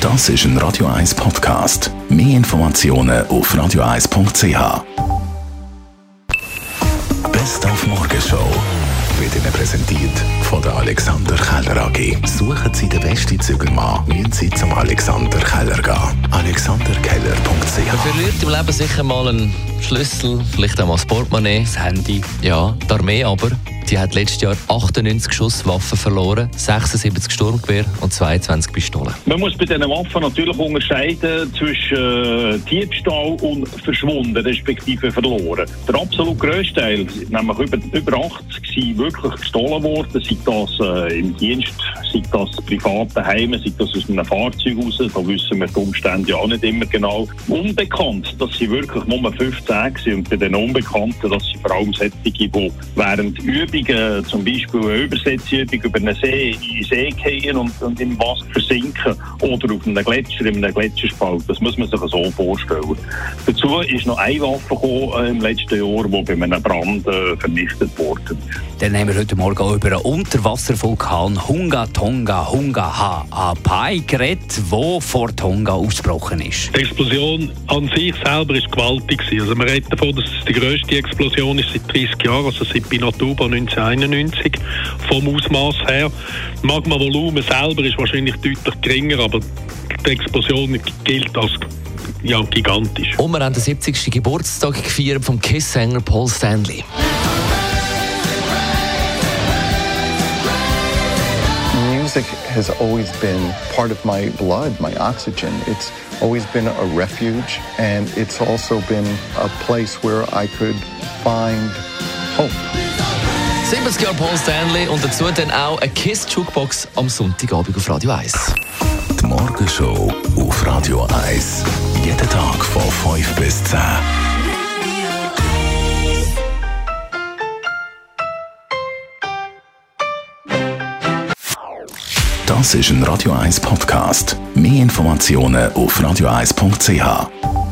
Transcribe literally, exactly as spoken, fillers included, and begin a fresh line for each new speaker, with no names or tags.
Das ist ein Radio eins Podcast. Mehr Informationen auf radio eins punkt c h. Best auf Morgenshow wird Ihnen präsentiert von der Alexander Keller A G. Suchen Sie den besten Zügelmann, müssen Sie zum Alexander Keller gehen. alexander keller punkt c h.
Man verliert im Leben sicher mal einen Schlüssel, vielleicht auch mal das Portemonnaie, das Handy. Ja, die Armee aber, die hat letztes Jahr achtundneunzig Schusswaffen verloren, sechsundsiebzig Sturmgewehr und zweiundzwanzig Pistolen.
Man muss bei diesen Waffen natürlich unterscheiden zwischen äh, Diebstahl und verschwunden, respektive verloren. Der absolut grösste Teil, nämlich über, über achtzig, sind wirklich gestohlen worden, sei das äh, im Dienst, sei das private Heime, sei das aus einem Fahrzeug raus, da wissen wir die Umstände ja auch nicht immer genau. Unbekannt, das sind wirklich nur fünfzehn gewesen, und bei den Unbekannten, das sind vor allem solche, die während Übungen, zum Beispiel eine Übersetzübung über einen See, in den See gehen und, und im Wasser versinken oder auf einem Gletscher, in einem Gletscherspalt. Das muss man sich so vorstellen. Dazu ist noch eine Waffe gekommen, äh, im letzten Jahr, die bei einem Brand äh, vernichtet wurde.
Dann haben wir heute Morgen über einen Unterwasservulkan Hunga Tonga Hunga Ha'apai geredet, der vor Tonga ausgebrochen ist.
Die Explosion an sich selber war gewaltig. Also man redet davon, dass es die grösste Explosion ist seit dreißig Jahren, also seit Pinatubo neunzehnhunderteinundneunzig vom Ausmaß her. Das Magmavolumen selber ist wahrscheinlich deutlich geringer, aber die Explosion gilt als ja, gigantisch.
Und wir haben den siebzigsten Geburtstag gefeiert vom Kiss-Sänger Paul Stanley.
Music has always been part of my blood, my oxygen. It's always been a refuge, and it's also been a place where I could find hope.
siebzig Jahre Paul Stanley und dazu dann auch eine Kiss-Jukebox am Sonntagabend auf Radio eins.
Die Morgenshow auf Radio eins. Jeden Tag von fünf bis zehn. Das ist ein Radio eins Podcast. Mehr Informationen auf radio eins punkt c h.